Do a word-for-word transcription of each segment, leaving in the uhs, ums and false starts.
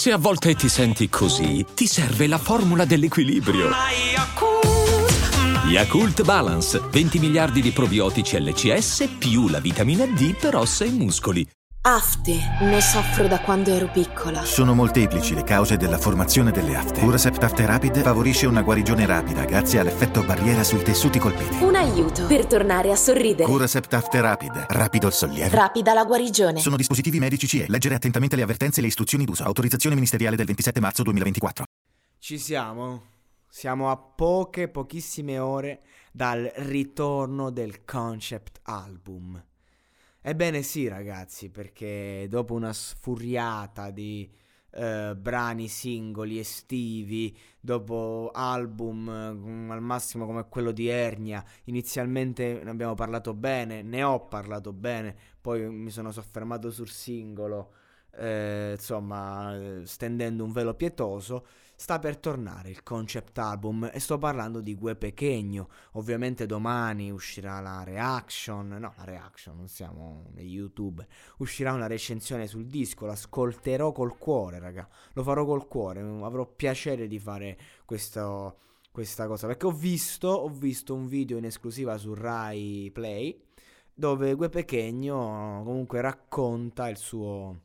Se a volte ti senti così, ti serve la formula dell'equilibrio. Yakult Balance, venti miliardi di probiotici L C S più la vitamina D per ossa e muscoli. Afte, ne soffro da quando ero piccola. Sono molteplici le cause della formazione delle afte. Curacept Afte Rapid favorisce una guarigione rapida grazie all'effetto barriera sui tessuti colpiti. Un aiuto per tornare a sorridere. Curacept Afte Rapid, rapido il sollievo. Rapida la guarigione. Sono dispositivi medici C E. Leggere attentamente le avvertenze e le istruzioni d'uso. Autorizzazione ministeriale del ventisette marzo duemilaventiquattro. Ci siamo. Siamo a poche, pochissime ore dal ritorno del concept album. Ebbene sì, ragazzi, perché dopo una sfuriata di eh, brani singoli estivi, dopo album eh, al massimo come quello di Ernia, inizialmente ne abbiamo parlato bene, ne ho parlato bene, poi mi sono soffermato sul singolo, eh, insomma, eh, stendendo un velo pietoso. Sta per tornare il concept album e sto parlando di Gue Pequeno. Ovviamente domani uscirà la reaction, no la reaction, non siamo nei YouTube, uscirà una recensione sul disco, l'ascolterò col cuore, raga, lo farò col cuore, avrò piacere di fare questo, questa cosa, perché ho visto, ho visto un video in esclusiva su Rai Play dove Gue Pequeno comunque racconta il suo...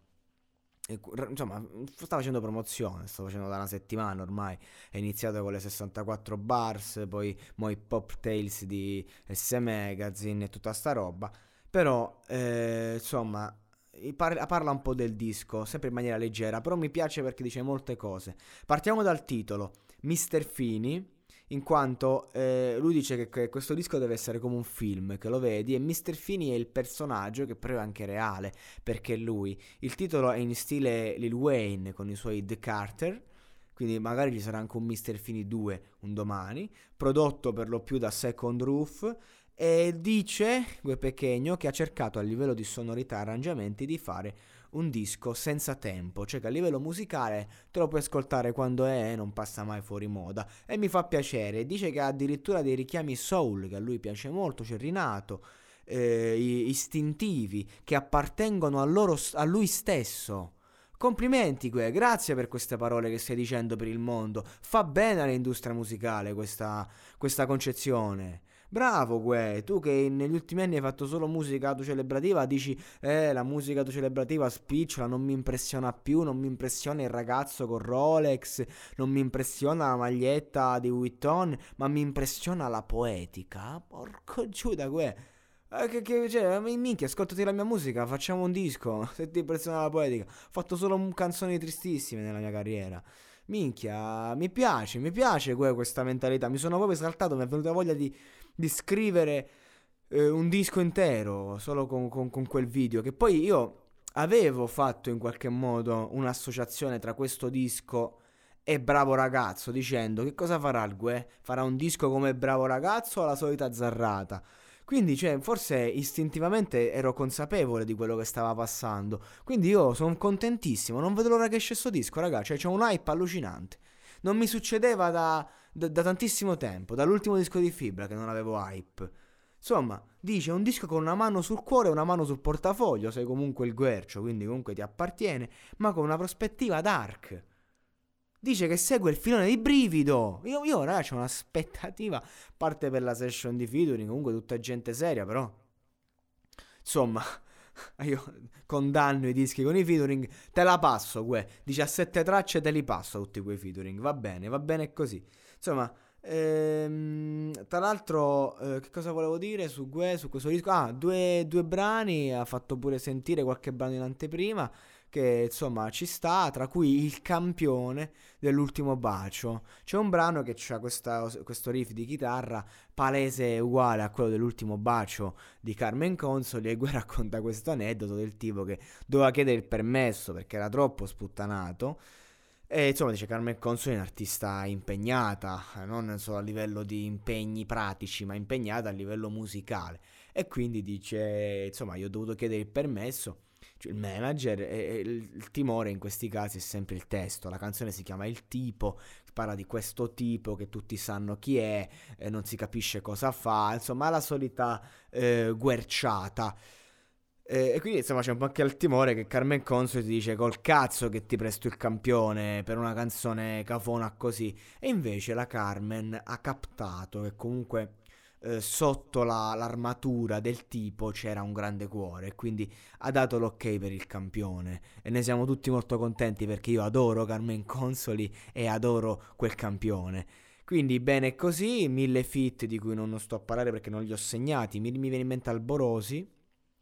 insomma, sta facendo promozione, sto facendo da una settimana ormai, è iniziato con le sessantaquattro bars, poi mo i pop tales di S Magazine e tutta sta roba, però eh, insomma parla, parla un po' del disco, sempre in maniera leggera, però mi piace perché dice molte cose. Partiamo dal titolo, mister Fini, in quanto eh, lui dice che, che questo disco deve essere come un film, che lo vedi, e mister Fini è il personaggio, che però è anche reale, perché lui, il titolo è in stile Lil Wayne con i suoi The Carter, quindi magari ci sarà anche un mister Fini due un domani, prodotto per lo più da Second Roof, e dice Gue Pequeno che ha cercato a livello di sonorità e arrangiamenti di fare un disco senza tempo, cioè che a livello musicale te lo puoi ascoltare quando è e non passa mai fuori moda, e mi fa piacere. Dice che ha addirittura dei richiami soul che a lui piace molto, c'è Rinato, eh, istintivi che appartengono a, loro, a lui stesso. Complimenti, Gue, grazie per queste parole che stai dicendo per il mondo, fa bene all'industria musicale questa, questa concezione. Bravo Gue, tu che negli ultimi anni hai fatto solo musica autocelebrativa, dici eh la musica autocelebrativa spicciola, non mi impressiona più, non mi impressiona il ragazzo con Rolex, non mi impressiona la maglietta di Vuitton, ma mi impressiona la poetica. Porco Giuda, Gue, eh, che, che, cioè, minchia, ascoltati la mia musica, facciamo un disco, se ti impressiona la poetica. Ho fatto solo canzoni tristissime nella mia carriera. Minchia, mi piace, mi piace Gue, questa mentalità, mi sono proprio saltato, mi è venuta voglia di... di scrivere eh, un disco intero solo con, con, con quel video, che poi io avevo fatto in qualche modo un'associazione tra questo disco e Bravo Ragazzo, dicendo che cosa farà il Gue? Farà un disco come Bravo Ragazzo o la solita zarrata? Quindi cioè, forse istintivamente ero consapevole di quello che stava passando, quindi io sono contentissimo, non vedo l'ora che esce sto disco, ragazzi, cioè c'è un hype allucinante. Non mi succedeva da, da, da tantissimo tempo, dall'ultimo disco di Fibra che non avevo hype. Insomma, dice un disco con una mano sul cuore e una mano sul portafoglio, sei comunque il Guercio, quindi comunque ti appartiene, ma con una prospettiva dark. Dice che segue il filone di Brivido. Io, io ragazzi, ho un'aspettativa, parte per la session di featuring, comunque tutta gente seria, però insomma... io condanno i dischi con i featuring, te la passo, Gue, diciassette tracce te li passo tutti quei featuring, va bene, va bene così. Insomma, ehm, tra l'altro eh, che cosa volevo dire su Gue, su questo disco? Ah, due, due brani, ha fatto pure sentire qualche brano in anteprima che insomma ci sta, tra cui Il campione dell'ultimo bacio. C'è un brano che c'ha questa, questo riff di chitarra palese uguale a quello dell'ultimo bacio di Carmen Consoli, e Gue racconta questo aneddoto del tipo che doveva chiedere il permesso perché era troppo sputtanato. E insomma dice Carmen Consoli è un'artista impegnata, non solo a livello di impegni pratici, ma impegnata a livello musicale, e quindi dice insomma io ho dovuto chiedere il permesso. Cioè, il manager, e il, il timore in questi casi è sempre il testo. La canzone si chiama Il tipo, parla di questo tipo che tutti sanno chi è, eh, non si capisce cosa fa, insomma la solita eh, guerciata. Eh, e quindi insomma c'è un po' anche il timore che Carmen Consoli ti dice col cazzo che ti presto il campione per una canzone cafona così. E invece la Carmen ha captato che comunque eh, sotto la, l'armatura del tipo c'era un grande cuore, e quindi ha dato l'ok per il campione. E ne siamo tutti molto contenti perché io adoro Carmen Consoli e adoro quel campione. Quindi bene così, mille feat di cui non sto a parlare perché non li ho segnati, mi, mi viene in mente Alborosi.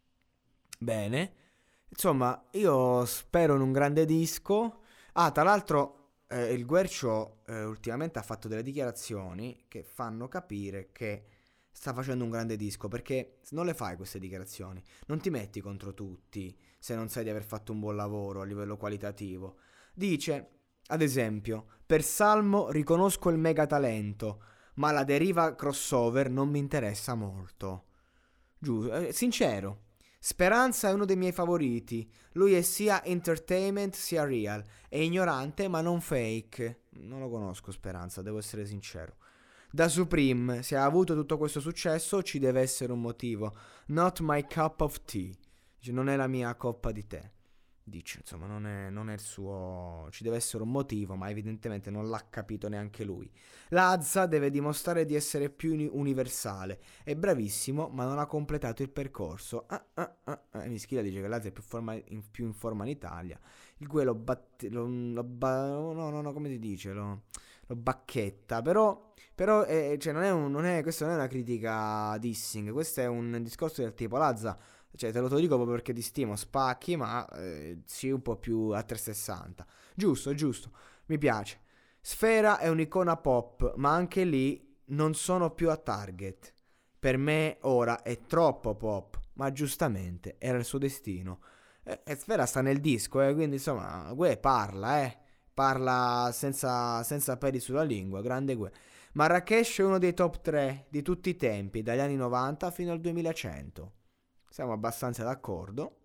Bene, insomma, io spero in un grande disco. Ah, tra l'altro, eh, il Guercio eh, ultimamente ha fatto delle dichiarazioni che fanno capire che sta facendo un grande disco, perché non le fai queste dichiarazioni, non ti metti contro tutti se non sai di aver fatto un buon lavoro a livello qualitativo. Dice, ad esempio, per Salmo riconosco il mega talento, ma la deriva crossover non mi interessa molto. Giusto, eh, sincero. Speranza è uno dei miei favoriti. Lui è sia entertainment sia real. È ignorante ma non fake. Non lo conosco Speranza, devo essere sincero. Da Supreme, se ha avuto tutto questo successo ci deve essere un motivo. Not my cup of tea. Dice, non è la mia coppa di tè. Dice, insomma, non è, non è il suo... Ci deve essere un motivo, ma evidentemente non l'ha capito neanche lui. Lazza deve dimostrare di essere più uni- universale. È bravissimo, ma non ha completato il percorso. Ah, ah, ah, ah. E Mischila dice che Lazza è più, forma, in, più in forma in Italia. Il Gue lo batte... Lo, lo ba, no, no, no, come si dice? Lo, lo bacchetta. Però, però eh, cioè non è un, non è, questa non è una critica dissing. Questo è un discorso del tipo Lazza... Cioè, te lo dico proprio perché ti stimo, spacchi, ma eh, sii un po' più a trecentosessanta. Giusto, giusto, mi piace. Sfera è un'icona pop, ma anche lì non sono più a target. Per me ora è troppo pop, ma giustamente era il suo destino. E, e Sfera sta nel disco, eh, quindi insomma, Gue parla, eh. Parla senza, senza peli sulla lingua, grande Gue. Marrakesh è uno dei top tre di tutti i tempi, dagli anni novanta fino al duemilacento. Siamo abbastanza d'accordo.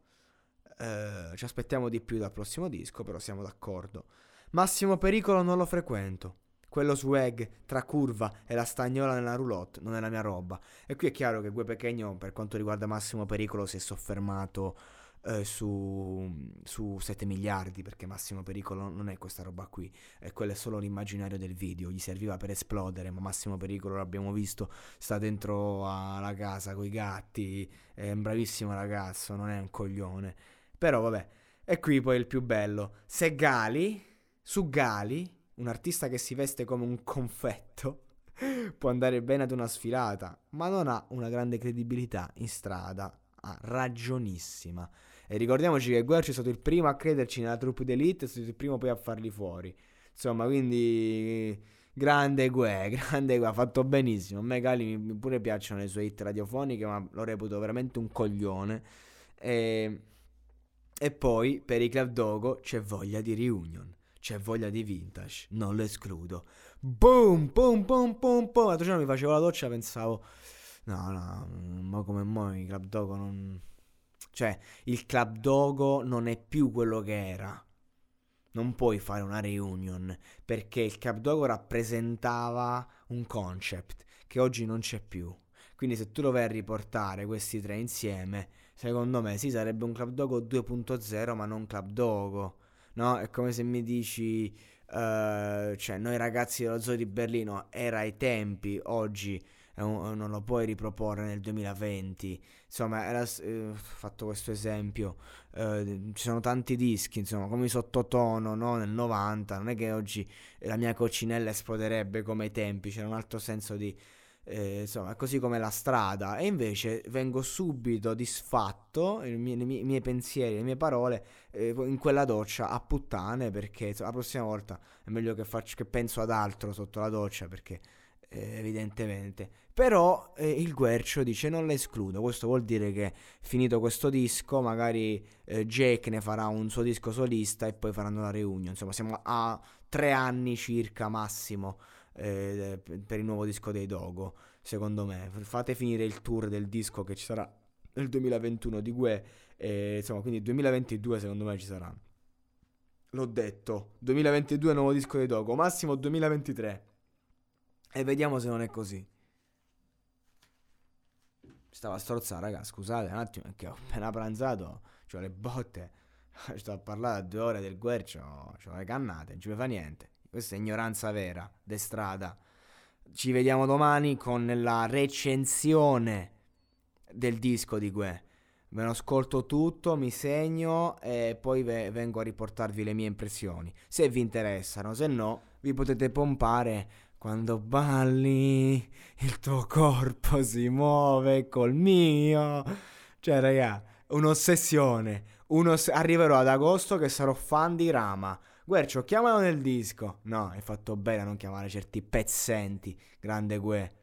Eh, ci aspettiamo di più dal prossimo disco, però siamo d'accordo. Massimo Pericolo non lo frequento. Quello swag tra curva e la stagnola nella roulotte non è la mia roba. E qui è chiaro che Gue Pequeno, per quanto riguarda Massimo Pericolo, si è soffermato eh, su, su sette miliardi, perché Massimo Pericolo non è questa roba qui, e quello è solo l'immaginario del video, gli serviva per esplodere, ma Massimo Pericolo l'abbiamo visto, sta dentro alla casa coi gatti, è un bravissimo ragazzo, non è un coglione. Però vabbè, e qui poi il più bello, se Gali, su Gali, un artista che si veste come un confetto, può andare bene ad una sfilata, ma non ha una grande credibilità in strada. Ah, ragionissima. E ricordiamoci che Guercio è stato il primo a crederci nella troupe d'élite, è stato il primo poi a farli fuori. Insomma, quindi grande Gue, grande Gue, ha fatto benissimo. A me Gali mi pure piacciono le sue hit radiofoniche, ma lo reputo veramente un coglione. E, e poi per i Club Dogo c'è voglia di reunion, c'è voglia di vintage, non lo escludo. Boom, boom, boom, boom, boom. L'altro giorno mi facevo la doccia, pensavo... No, no, ma come mo il Club Dogo non... Cioè, il Club Dogo non è più quello che era. Non puoi fare una reunion, perché il Club Dogo rappresentava un concept che oggi non c'è più. Quindi se tu lo vai a riportare questi tre insieme, secondo me sì, sarebbe un Club Dogo due punto zero, ma non Club Dogo. No, è come se mi dici... Uh, cioè, noi ragazzi dello Zoo di Berlino era ai tempi, oggi... non lo puoi riproporre nel duemilaventi. Insomma, era, eh, ho fatto questo esempio, eh, ci sono tanti dischi, insomma, come i Sottotono, no? Nel novanta, non è che oggi la mia coccinella esploderebbe come ai tempi, c'era un altro senso di eh, insomma, così come la strada. E invece vengo subito disfatto, i miei, i miei pensieri, le mie parole eh, in quella doccia a puttane, perché insomma, la prossima volta è meglio che faccio, che penso ad altro sotto la doccia, perché Eh, evidentemente. Però eh, il Guercio dice non le escludo. Questo vuol dire che finito questo disco magari eh, Jake ne farà un suo disco solista e poi faranno la reunion. Insomma, siamo a tre anni circa massimo eh, per il nuovo disco dei Dogo, secondo me. Fate finire il tour del disco che ci sarà nel duemilaventuno di Gue, eh, insomma, quindi duemilaventidue secondo me ci sarà. L'ho detto, duemilaventidue nuovo disco dei Dogo, massimo duemilaventitré. E vediamo se non è così. Stavo a strozzare, raga, scusate un attimo, perché ho appena pranzato, c'ho le botte, sto a parlare a due ore del guercio, c'ho le cannate, non ci mi fa niente. Questa è ignoranza vera, de strada. Ci vediamo domani con la recensione del disco di Gue. Me lo ascolto tutto, mi segno e poi ve- vengo a riportarvi le mie impressioni. Se vi interessano, se no, vi potete pompare quando balli, il tuo corpo si muove col mio. Cioè, raga, un'ossessione. Unos- arriverò ad agosto che sarò fan di Rama. Guercio, chiamalo nel disco. No, hai fatto bene a non chiamare certi pezzenti. Grande Gue.